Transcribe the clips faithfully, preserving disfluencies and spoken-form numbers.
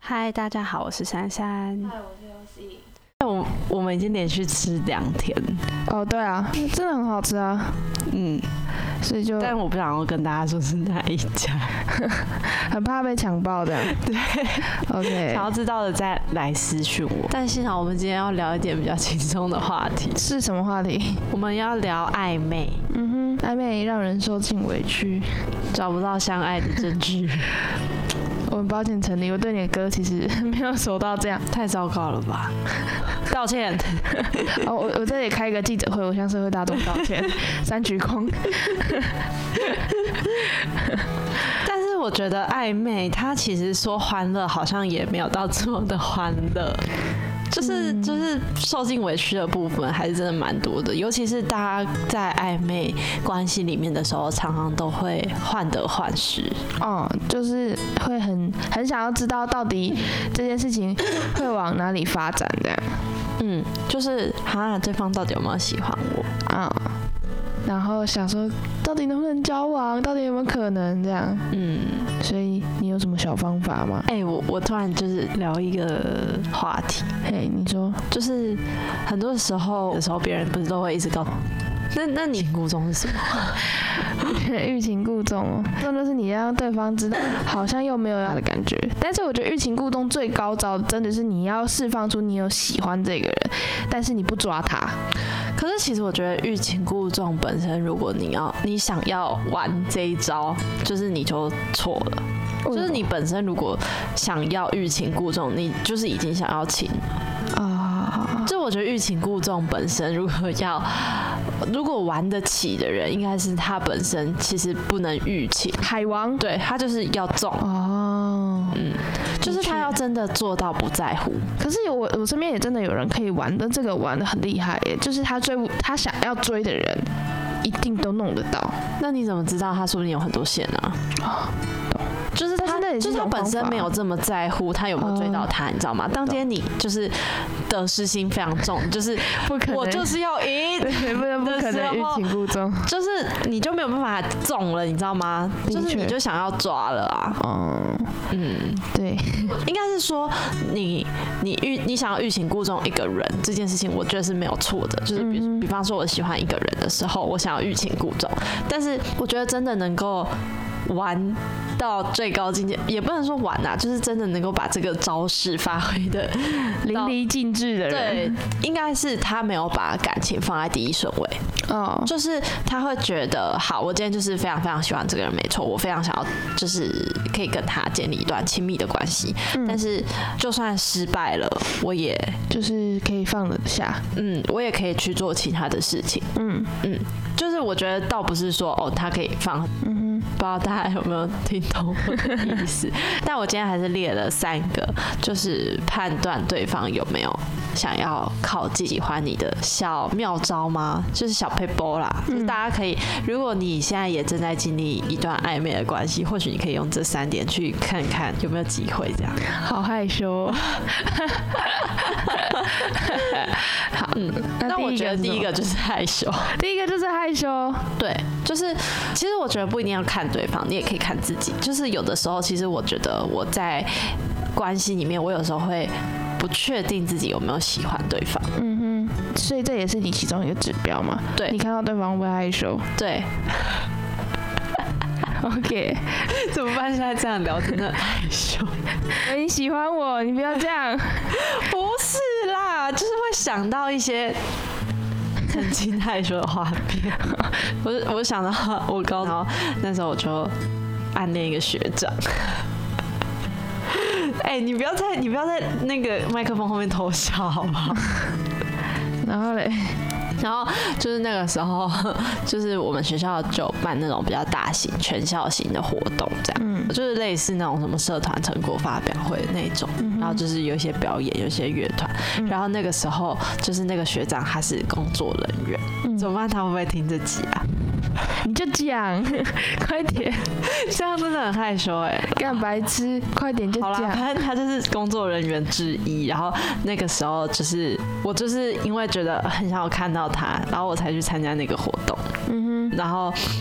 嗨，大家好，我是珊珊。 嗨，我是游戏。 我我们已经连续吃两天。 哦，对啊，真的很好吃啊。 嗯， 所以就， 但我不想要跟大家说是哪一家， 很怕被强暴的。 对 ，OK。 想要知道的再来私讯我。但幸好我们今天要聊一点比较轻松的话题。 是什么话题？ 我们要聊暧昧。 嗯哼，暧昧让人受尽委屈， 找不到相爱的证据。 我很抱歉，陈立，我对你的歌其实没有熟到这样， 太糟糕了吧？道歉。 哦，我我这里开一个记者会，我向社会大众道歉，三鞠躬。 但是我觉得暧昧，它其实说欢乐，好像也没有到这么的欢乐。就是就是受尽委屈的部分还是真的蛮多的，尤其是大家在暧昧关系里面的时候，常常都会患得患失。 哦，就是会很很想要知道到底这件事情会往哪里发展这样。 嗯，就是哈，对方到底有没有喜欢我啊？然后想说，到底能不能交往？到底有没有可能这样？嗯，所以你有什么小方法吗？ 哎、欸，我我突然就是聊一个话题。 嘿， hey, 你说， 就是很多时候的时候，别人不是都会一直告诉那那你故中是什么？ 欲擒故纵，这就是你让对方知道，好像又没有他的感觉。但是我觉得欲擒故纵最高招，真的是你要释放出你有喜欢这个人，但是你不抓他。 可是其实我觉得欲擒故纵本身，如果你要你想要玩这一招，就是你就错了。就是你本身如果想要欲擒故纵，你就是已经想要擒啊。就我觉得欲擒故纵本身，如果要如果玩得起的人，应该是他本身其实不能欲擒。 海王， 对他就是要纵哦，嗯，就是他要真的做到不在乎。 可是我我身边也真的有人可以玩的，这个玩得很厉害耶，就是他追他想要追的人，一定都弄得到。 那你怎么知道他说不定有很多线啊？哦，懂。就是他，就是他本身没有这么在乎他有没有追到他，你知道吗？当天你就是得失心非常重，就是不可能， 我就是要赢， 不能不可能欲擒故纵， 就是你就没有办法中了，你知道吗？就是你就想要抓了啊。嗯嗯， 对， 应该是说你你欲你想要欲擒故纵一个人这件事情，我觉得是没有错的。就是比、嗯、比方说我喜欢一个人的时候，我想要欲擒故纵，但是我觉得真的能够玩到最高境界，也不能说玩啊，就是真的能够把这个招式发挥的淋漓尽致的人， 对，应该是他没有把感情放在第一顺位。哦，就是他会觉得，好，我今天就是非常非常喜欢这个人，没错，我非常想要，就是可以跟他建立一段亲密的关系。嗯，但是就算失败了，我也就是可以放得下。 嗯，我也可以去做其他的事情。嗯嗯，就是我觉得倒不是说哦，他可以放。嗯哼。不知道大家有没有听懂我的意思？但我今天还是列了三个，就是判断对方有没有想要靠近、喜欢你的小妙招吗？就是小撇步啦，嗯、就是大家可以，如果你现在也正在经历一段暧昧的关系，或许你可以用这三点去看看有没有机会这样。 好害羞。 好，嗯，那我觉得第一个就是害羞， 第一个就是害羞， 对，就是其实我觉得不一定要看对方，你也可以看自己。就是有的时候，其实我觉得我在关系里面，我有时候会不确定自己有没有喜欢对方。 嗯哼，所以这也是你其中一个指标嘛？ 对， 你看到对方会不会害羞？ 对。 OK， 怎么办？现在这样聊真的很害羞。 你喜欢我，你不要这样。 不是啦，就是会想到一些曾经害羞的画面。我我想到我高中那时候，我就暗恋一个学长。哎、欸，你不要在你不要在那个麦克风后面偷笑好不好？ 然后嘞。 然后就是那个时候，就是我们学校就办那种比较大型、全校型的活动，这样，嗯，就是类似那种什么社团成果发表会那种，嗯、然后就是有一些表演，有一些乐团，嗯、然后那个时候就是那个学长他是工作人员，嗯、怎么办？他会不会听这集啊？ 你就讲，快点， 这样真的很害羞哎、欸， 干白痴，快点就讲。好啦， 反正他就是工作人员之一，然后那个时候就是我就是因为觉得很想要看到他，然后我才去参加那个活动。嗯哼，然后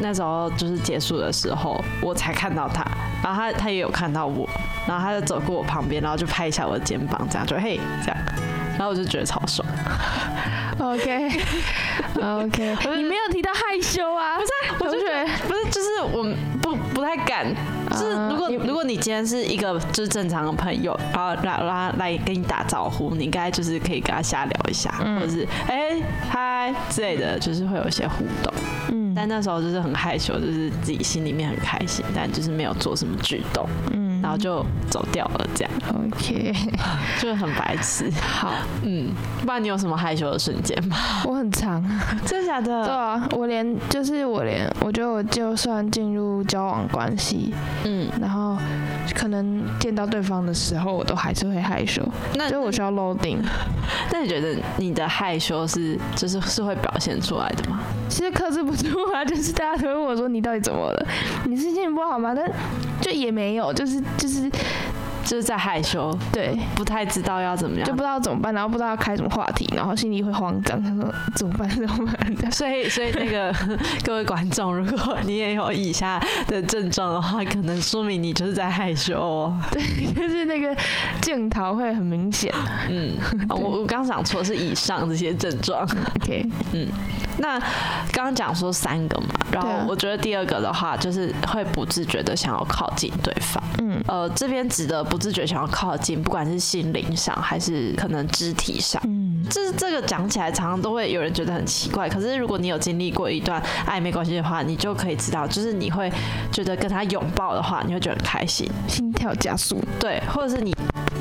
那时候就是结束的时候，我才看到他，然后他他也有看到我，然后他就走过我旁边，然后就拍一下我的肩膀，这样就嘿这样，然后我就觉得超爽。 OK OK， 你没有提到害羞啊？ 不是，我就觉得不是，就是我不不太敢。就是如果、uh, 如果你今天是一个就是正常的朋友，然后来来来跟你打招呼，你应该就是可以跟他瞎聊一下，嗯、或者是哎嗨之类的，就是会有一些互动。嗯，但那时候就是很害羞，就是自己心里面很开心，但就是没有做什么举动。嗯，然后就走掉了，这样。 OK， 就是很白痴。 好， 嗯，不然你有什么害羞的瞬间吗？ 我很长， 真的假的？ 对啊，我连就是我连，我觉得我就算进入交往关系，嗯，然后可能见到对方的时候，我都还是会害羞。那就我需要 loading。 那你觉得你的害羞是就是是会表现出来的吗？ 其实克制不住啊，就是大家都问我说你到底怎么了？你是心情不好吗？但就也没有，就是就是。 就是在害羞， 对， 不太知道要怎么样， 就不知道怎么办，然后不知道要开什么话题，然后心里会慌张，他说怎么办怎么办？ 所以所以那个各位观众，如果你也有以下的症状的话，可能说明你就是在害羞哦。 对，就是那个镜头会很明显。 嗯，我我刚讲错是以上这些症状。 OK， 嗯，那刚刚讲说三个嘛，然后我觉得第二个的话就是会不自觉的想要靠近对方。嗯，呃，这边指的不自觉想要靠近，不管是心灵上还是可能肢体上，嗯，这这个讲起来常常都会有人觉得很奇怪。可是如果你有经历过一段暧昧关系的话，你就可以知道，就是你会觉得跟他拥抱的话，你会觉得很开心， 心跳加速， 对，或者是你。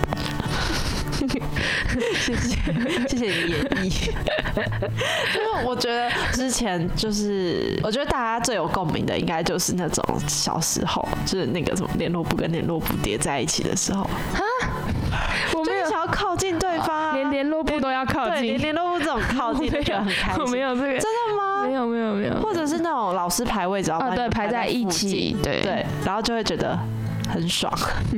谢谢谢谢你的演绎，因为我觉得之前就是，我觉得大家最有共鸣的应该就是那种小时候，就是那个什么联络簿跟联络簿叠在一起的时候，啊，我没有想要靠近对方、啊， 连联络簿都要靠近， 对，连联络簿这种靠近就觉得很开心。 我没有这个， 真的吗？ 没有没有没有， 或者是那种老师排位置，然后对排在一起，对对，然后就会觉得很爽。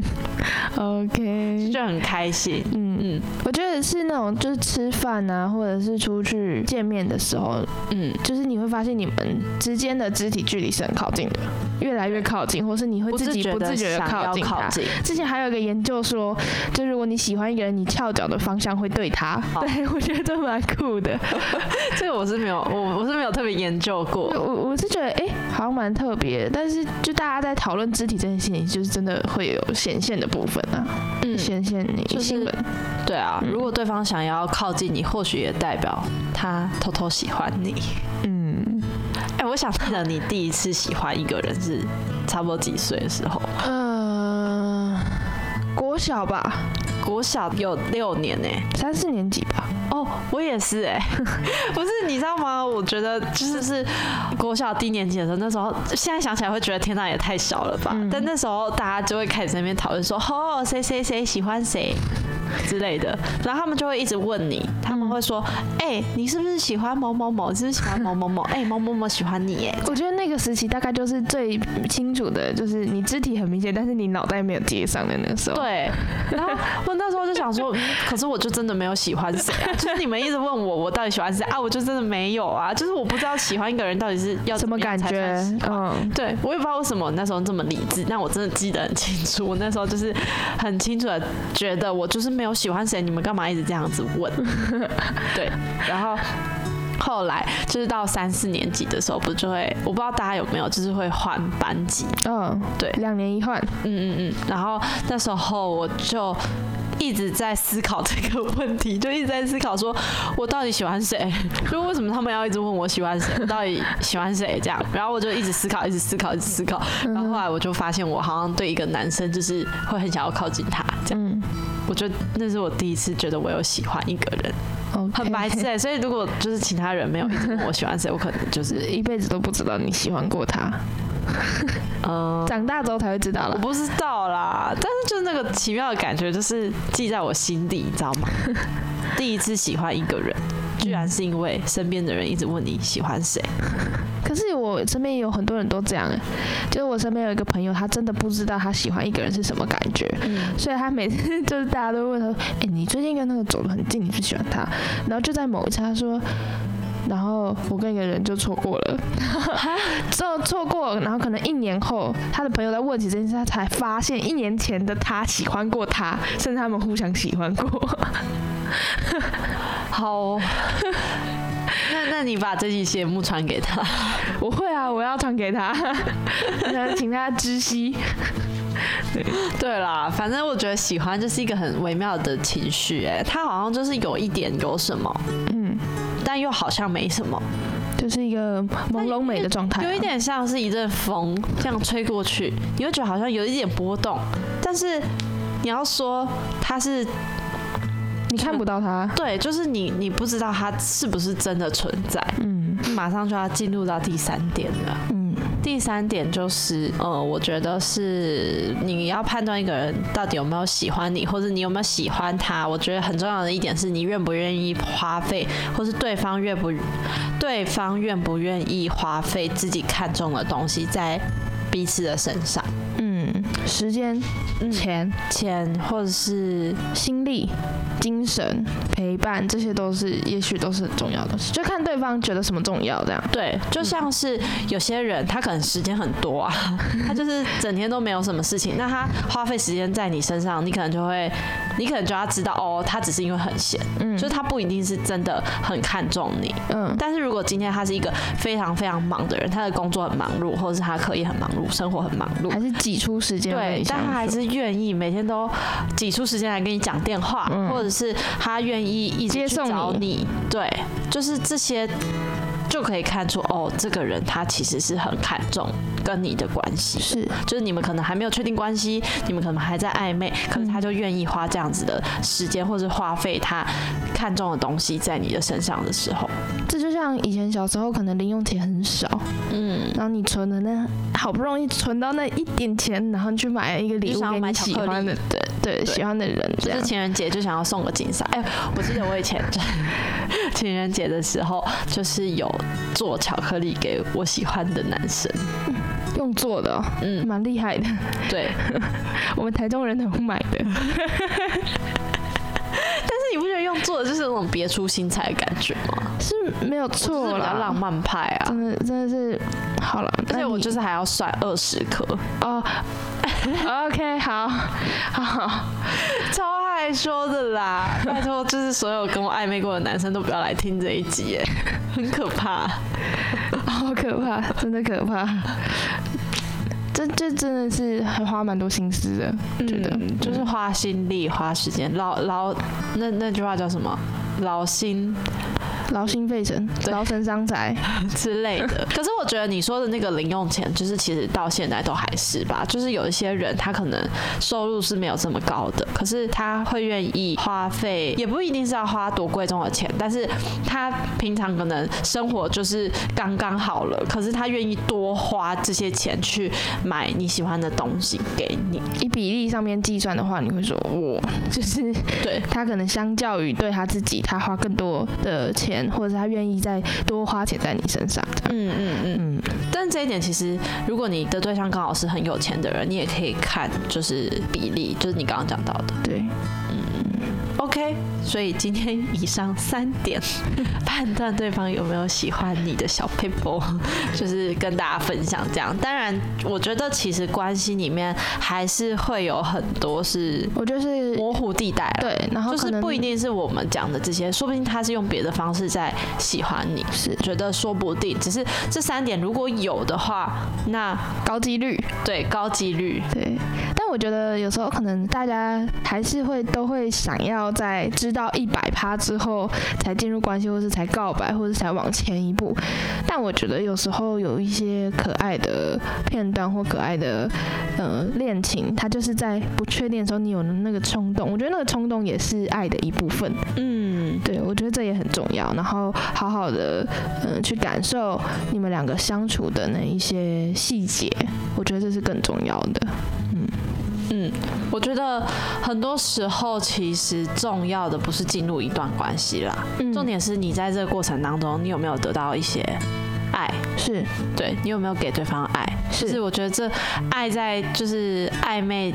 OK， 就很开心。嗯嗯，我觉得是那种就是吃饭啊，或者是出去见面的时候，嗯，就是你会发现你们之间的肢体距离是很靠近的，越来越靠近，或是你会自己不自觉的靠近他。之前还有一个研究说，就如果你喜欢一个人，你翘脚的方向会对他。对，我觉得这蛮酷的。 这个我是没有，我我是没有特别研究过。 我我是觉得，哎、欸，好像蛮特别的。但是就大家在讨论肢体这件事情，就是真的会有显现的部分啊，嗯，显现你新闻。就是对啊，如果对方想要靠近你，或许也代表他偷偷喜欢你。嗯，哎、欸，我想记得你第一次喜欢一个人是差不多几岁的时候？ 呃，国小吧。 国小有六年呢、欸， 三四年级吧。 哦，我也是哎、欸，不是你知道吗？我觉得就是是国小低年级的时候，那时候现在想起来会觉得天哪也太小了吧。嗯、但那时候大家就会开始在那边讨论说，哦，谁谁谁喜欢谁之类的，然后他们就会一直问你，他们会说，哎、欸，你是不是喜欢某某某？你是不是喜欢某某某？哎、欸，某某某喜欢你哎。 我觉得那个时期大概就是最清楚的，就是你肢体很明显，但是你脑袋没有接上的那个时候。 对，然后我那时候就想说，嗯、可是我就真的没有喜欢谁啊，就是你们一直问我，我到底喜欢谁啊？我就真的没有啊，就是我不知道喜欢一个人到底是要什么感觉。 嗯，对，我也不知道为什么那时候这么理智，但我真的记得很清楚，我那时候就是很清楚的觉得我就是没有喜欢谁，你们干嘛一直这样子问？对，然后。后来就是到三四年级的时候，不就会，我不知道大家有没有，就是会换班级。嗯，对， 两年一换。 嗯嗯嗯。然后那时候我就一直在思考这个问题，就一直在思考说，我到底喜欢谁？就为什么他们要一直问我喜欢谁？我到底喜欢谁？这样，然后我就一直思考，一直思考，一直思考。然后后来我就发现，我好像对一个男生就是会很想要靠近他，这样。嗯、我觉得那是我第一次觉得我有喜欢一个人。Okay. 很白痴哎、欸，所以如果就是其他人没有一直问我喜欢谁，我可能就是一辈子都不知道你喜欢过他。嗯，长大之后才会知道了。 我不知道啦，但是就是那个奇妙的感觉，就是记在我心底，你知道吗？第一次喜欢一个人，居然是因为身边的人一直问你喜欢谁。 可是我身边也有很多人都这样，就是我身边有一个朋友，他真的不知道他喜欢一个人是什么感觉，嗯、所以他每次就是大家都问他说：“哎、欸，你最近跟那个走得很近，你是喜欢他？”然后就在某一次他说：“ 然后我跟一个人就错过了，之后错过，然后可能一年后，他的朋友在问起这件事，他才发现一年前的他喜欢过他，甚至他们互相喜欢过。 好，那那你把这期节目传给他？ 我会啊，我要传给他，请他知悉。 对对啦，反正我觉得喜欢就是一个很微妙的情绪，哎，它好像就是有一点有什么，嗯，但又好像没什么， 就是一个朦胧美的状态、啊， 有一点像是一阵风这样吹过去，你会觉得好像有一点波动，但是你要说它是。 你看不到它， 对，就是你，你不知道它是不是真的存在。嗯，马上就要进入到第三点了。嗯，第三点就是，呃，我觉得是你要判断一个人到底有没有喜欢你，或者你有没有喜欢他。我觉得很重要的一点是你愿不愿意花费，或是对方愿不，对方愿不愿意花费自己看重的东西在彼此的身上。 嗯，时间、钱、 钱，或者是心力。精神陪伴，这些都是，也许都是很重要的事，就看对方觉得什么重要这样。 对，就像是有些人，他可能时间很多啊，他就是整天都没有什么事情，那他花费时间在你身上，你可能就会，你可能就要知道哦，他只是因为很闲，嗯，就是他不一定是真的很看重你，嗯。但是如果今天他是一个非常非常忙的人，他的工作很忙碌，或者是他课业很忙碌，生活很忙碌， 还是挤出时间来， 对，但他还是愿意每天都挤出时间来跟你讲电话，嗯、或者是他愿意一直去找你，对，就是这些就可以看出哦，这个人他其实是很看重跟你的关系， 是， 就是你们可能还没有确定关系，你们可能还在暧昧，可是他就愿意花这样子的时间，或是花费他看重的东西在你的身上的时候， 这就像以前小时候可能零用钱很少，嗯，然后你存的那好不容易存到那一点钱，然后你去买一个礼物给你喜欢的，对对，喜欢的人， 就是情人节就想要送个金莎，哎，我记得我以前情人节的时候就是有做巧克力给我喜欢的男生。 用做的、哦，嗯，蛮厉害的。 对， 我们台中人很会买的。但是你不觉得用做的就是那种别出心裁的感觉吗？ 是没有错啦， 是比较浪漫派啊。 真的真的是好了， 而且我就是还要算二十颗哦。OK， 好，好， 超害羞的啦！拜托，就是所有跟我暧昧过的男生都不要来听这一集耶，很可怕， 好可怕，真的可怕。这这真的是还花蛮多心思的，嗯、觉得就是花心力、花时间，劳劳那那句话叫什么？劳心。 劳心费神，劳神伤财之类的。可是我觉得你说的那个零用钱，就是其实到现在都还是吧。就是有一些人他可能收入是没有这么高的，可是他会愿意花费，也不一定是要花多贵重的钱，但是他平常可能生活就是刚刚好了，可是他愿意多花这些钱去买你喜欢的东西给你。 以比例上面计算的话，你会说哇，就是对他可能相较于对他自己，他花更多的钱。或者是他愿意再多花钱在你身上， 嗯嗯嗯嗯。但这一点其实，如果你的对象刚好是很有钱的人，你也可以看就是比例，就是你刚刚讲到的， 对， 嗯。OK， 所以今天以上三点判断对方有没有喜欢你的小撇步，就是跟大家分享这样。当然，我觉得其实关系里面还是会有很多是， 我就是模糊地带， 对，然后就是不一定是我们讲的这些，说不定他是用别的方式在喜欢你， 是觉得说不定。只是这三点如果有的话，那高几率， 对，高几率， 对。但我觉得有时候可能大家还是会都会想要在知道一百趴之后才进入关系，或是才告白，或是才往前一步。但我觉得有时候有一些可爱的片段或可爱的呃恋情，它就是在不确定的时候，你有那个冲动。我觉得那个冲动也是爱的一部分。嗯，对，我觉得这也很重要。然后好好的嗯、呃、去感受你们两个相处的那一些细节，我觉得这是更重要的。嗯。 嗯，我觉得很多时候其实重要的不是进入一段关系啦，嗯、重点是你在这个过程当中，你有没有得到一些爱， 是对你有没有给对方爱，是，就是我觉得这爱在就是暧昧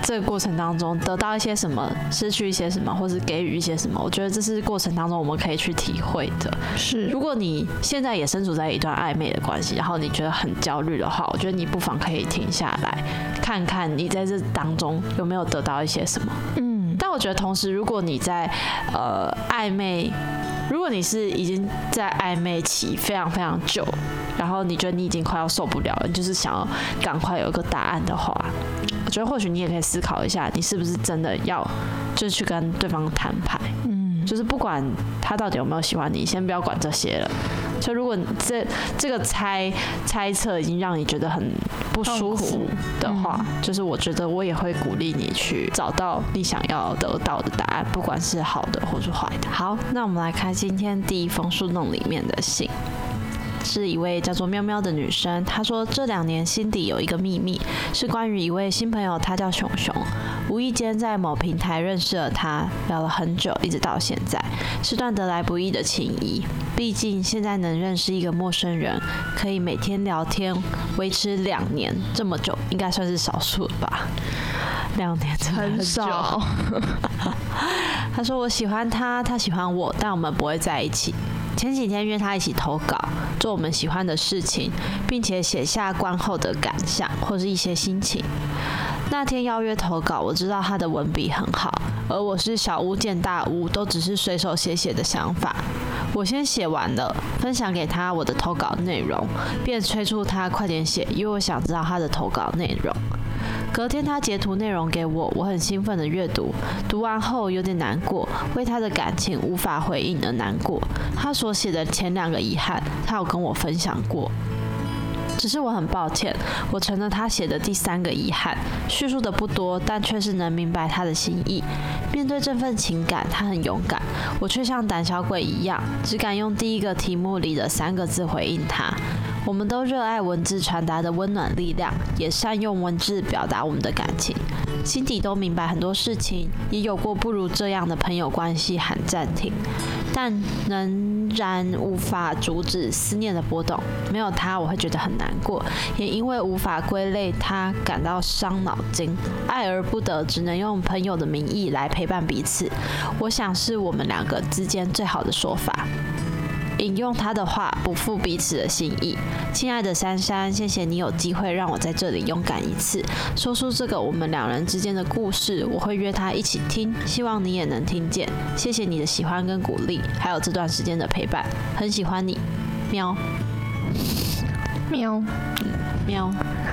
这个过程当中得到一些什么，失去一些什么，或是给予一些什么，我觉得这是过程当中我们可以去体会的。 是， 如果你现在也身处在一段暧昧的关系，然后你觉得很焦虑的话，我觉得你不妨可以停下来，看看你在这当中有没有得到一些什么。嗯，但我觉得同时，如果你在呃暧昧，如果你是已经在暧昧期非常非常久，然后你觉得你已经快要受不了了，你就是想要赶快有一个答案的话，我觉得或许你也可以思考一下，你是不是真的要就是去跟对方摊牌。嗯，就是不管他到底有没有喜欢你，先不要管这些了。就如果这这个猜猜测已经让你觉得很不舒服的话，嗯、就是我觉得我也会鼓励你去找到你想要得到的答案，不管是好的或是坏的。好，那我们来看今天第一封树洞里面的信。是一位叫做喵喵的女生，她说这两年心底有一个秘密，是关于一位新朋友，他叫熊熊。无意间在某平台认识了他，聊了很久，一直到现在，是段得来不易的情谊。毕竟现在能认识一个陌生人，可以每天聊天，维持两年这么久，应该算是少数了吧？两年真的很少。他说我喜欢他，他喜欢我，但我们不会在一起。前几天约他一起投稿，做我们喜欢的事情，并且写下观后的感想或是一些心情。那天邀约投稿，我知道他的文笔很好，而我是小巫见大巫，都只是随手写写的想法。我先写完了，分享给他我的投稿内容，便催促他快点写，因为我想知道他的投稿内容。隔天他截图内容给我，我很兴奋的阅读，读完后有点难过，为他的感情无法回应而难过。他所写的前两个遗憾，他有跟我分享过。只是我很抱歉，我成了他写的第三个遗憾。叙述的不多，但却是能明白他的心意。面对这份情感，他很勇敢，我却像胆小鬼一样，只敢用第一个题目里的三个字回应他。我们都热爱文字传达的温暖力量，也善用文字表达我们的感情，心底都明白很多事情，也有过不如这样的朋友关系喊暂停，但仍然无法阻止思念的波动。没有他，我会觉得很难过，也因为无法归类他感到伤脑筋，爱而不得，只能用朋友的名义来陪伴彼此。我想是我们两个之间最好的说法。引用他的话，不负彼此的心意。亲爱的珊珊，谢谢你有机会让我在这里勇敢一次，说出这个我们两人之间的故事。我会约他一起听，希望你也能听见。谢谢你的喜欢跟鼓励，还有这段时间的陪伴，很喜欢你，喵喵、嗯、 喵。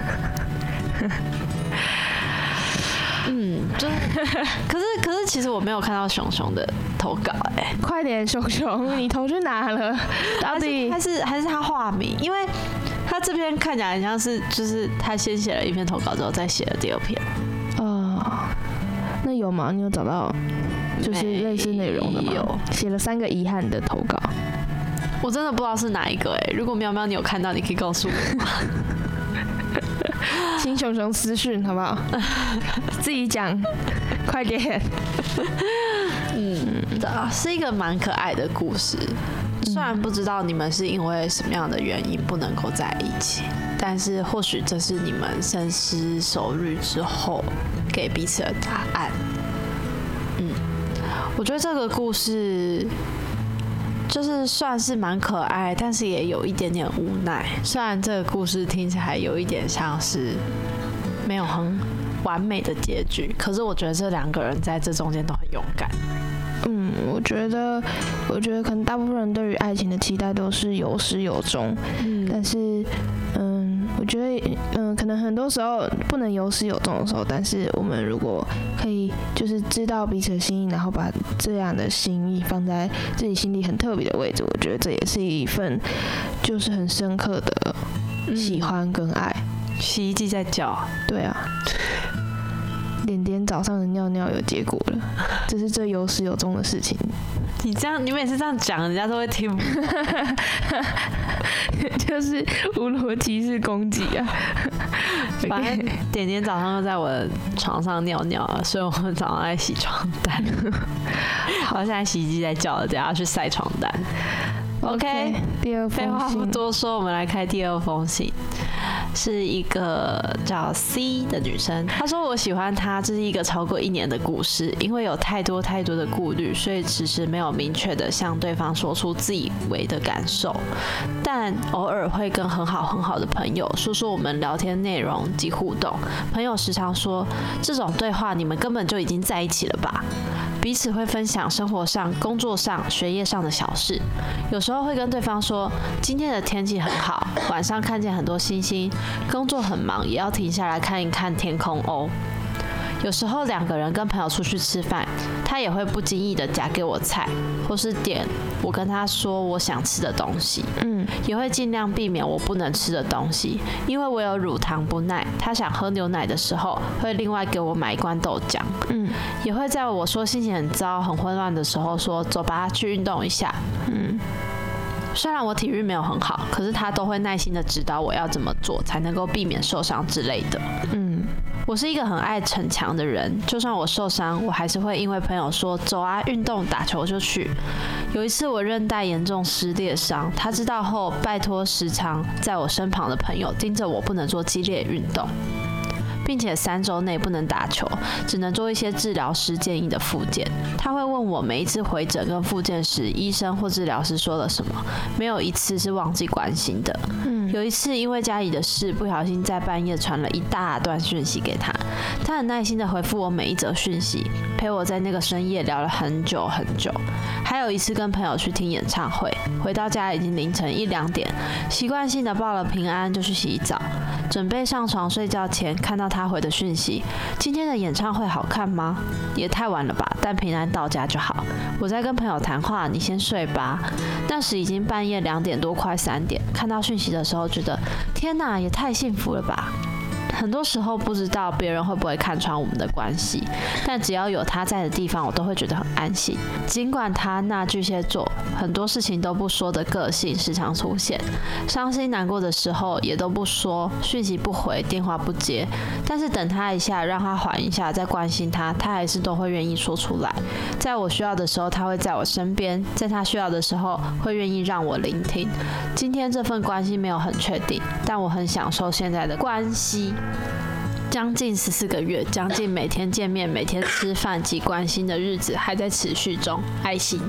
嗯，就是，可是可是，其实我没有看到熊熊的投稿、欸，哎， 快点，熊熊，你投去哪了？到底还是还是他化名？因为他这篇看起来很像是，就是他先写了一篇投稿之后，再写了第二篇。 哦、呃，那有吗？你有找到就是类似内容的吗？ 有， 写了三个遗憾的投稿。 我真的不知道是哪一个哎、欸，如果喵喵你有看到，你可以告诉我吗？ 请熊熊私讯好不好？自己讲，快点。 嗯，是一个蛮可爱的故事。虽然不知道你们是因为什么样的原因不能够在一起，但是或许这是你们深思熟虑之后给彼此的答案。嗯，我觉得这个故事就是算是蛮可爱，但是也有一点点无奈。虽然这个故事听起来有一点像是没有很完美的结局，可是我觉得这两个人在这中间都很勇敢。 嗯，我觉得，我觉得可能大部分人对于爱情的期待都是有始有终，嗯，但是，嗯，我觉得，嗯，可能很多时候不能有始有终的时候，但是我们如果可以就是知道彼此的心意，然后把这样的心意放在自己心里很特别的位置，我觉得这也是一份就是很深刻的喜欢跟爱。 嗯、洗衣机在叫， 对啊。点点早上的尿尿有结果了，这是最有始有终的事情。 你这样，你每次这样讲，人家都会听不懂。 就是无逻辑式攻击啊！ 反正点点早上就在我的床上尿尿了，所以我们早上在洗床单。好，现在洗衣机在叫了，等下去晒床单。OK， 第二封信。 废话不多说，我们来开第二封信。 是一个叫 C 的女生，她说我喜欢她，这是一个超过一年的故事，因为有太多太多的顾虑，所以迟迟没有明确的向对方说出自以为的感受，但偶尔会跟很好很好的朋友说说我们聊天内容及互动。朋友时常说，这种对话你们根本就已经在一起了吧？彼此会分享生活上、工作上、学业上的小事，有时候会跟对方说，今天的天气很好，晚上看见很多星星，工作很忙也要停下来看一看天空哦。有时候两个人跟朋友出去吃饭，他也会不经意的夹给我菜，或是点我跟他说我想吃的东西，嗯，也会尽量避免我不能吃的东西，因为我有乳糖不耐，他想喝牛奶的时候，会另外给我买一罐豆浆，嗯，也会在我说心情很糟、很混乱的时候说，走吧，去运动一下，嗯。虽然我体育没有很好，可是他都会耐心的指导我要怎么做才能够避免受伤之类的。嗯，我是一个很爱逞强的人，就算我受伤，我还是会因为朋友说走啊，运动打球就去。有一次我韧带严重撕裂伤，他知道后拜托时常在我身旁的朋友盯着我不能做激烈运动，并且三周内不能打球，只能做一些治疗师建议的复健。他会问我每一次回诊跟复健时，医生或治疗师说了什么，没有一次是忘记关心的。嗯，有一次因为家里的事，不小心在半夜传了一大段讯息给他，他很耐心的回复我每一则讯息，陪我在那个深夜聊了很久很久。还有一次跟朋友去听演唱会，回到家已经凌晨一两点，习惯性的报了平安就去洗澡，准备上床睡觉前，看到他回的讯息，今天的演唱会好看吗？也太晚了吧，但平安到家就好。我在跟朋友谈话，你先睡吧。那时已经半夜两点多，快三点。看到讯息的时候，觉得天哪，也太幸福了吧。很多时候不知道别人会不会看穿我们的关系，但只要有他在的地方，我都会觉得很安心。尽管他那巨蟹座很多事情都不说的个性时常出现，伤心难过的时候也都不说，讯息不回，电话不接，但是等他一下，让他缓一下，再关心他，他还是都会愿意说出来。在我需要的时候，他会在我身边；在他需要的时候，会愿意让我聆听。今天这份关系没有很确定，但我很享受现在的关系。将近十四个月，将近每天见面、每天吃饭及关心的日子还在持续中。爱心，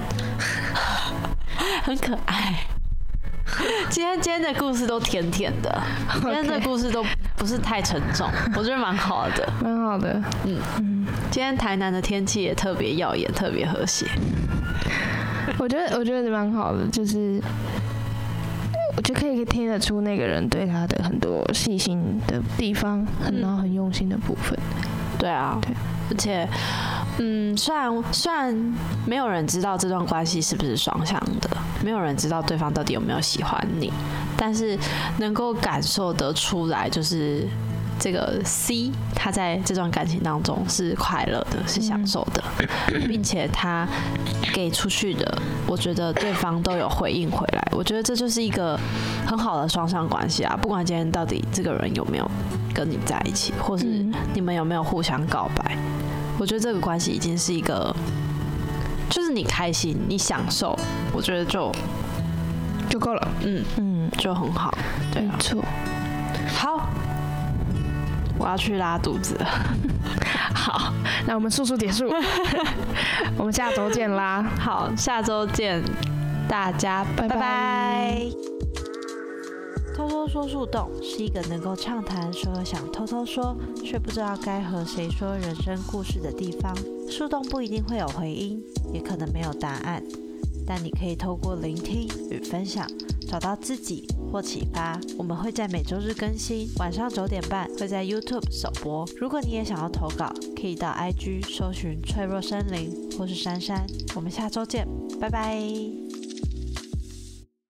很可爱。今天今天的故事都甜甜的，今天的故事都不是太沉重，我觉得蛮好的， 蛮好的。 嗯嗯，今天台南的天气也特别耀眼，特别和谐。 我觉得我觉得蛮好的，就是。我就可以听得出那个人对他的很多细心的地方，很然后很用心的部分。 对啊，对，而且，嗯，虽然虽然没有人知道这段关系是不是双向的，没有人知道对方到底有没有喜欢你，但是能够感受得出来，就是这个 C 他在这段感情当中是快乐的，是享受的，嗯、并且他给出去的，我觉得对方都有回应回来。我觉得这就是一个很好的双向关系啊！不管今天到底这个人有没有跟你在一起，或是你们有没有互相告白，我觉得这个关系已经是一个，就是你开心、你享受，我觉得就就够了。 嗯嗯，就很好。对啊， 没错。 好。我要去拉肚子了。 好，那我们速速结束。我们下周见啦！ 好，下周见，大家拜拜。拜拜。偷偷说树洞是一个能够畅谈所有想偷偷说却不知道该和谁说人生故事的地方。树洞不一定会有回音，也可能没有答案，但你可以透过聆听与分享找到自己或启发。我们会在每周日更新，晚上九点半会在 YouTube 首播。如果你也想要投稿，可以到 I G 搜寻脆弱森林或是珊珊。我们下周见，拜拜。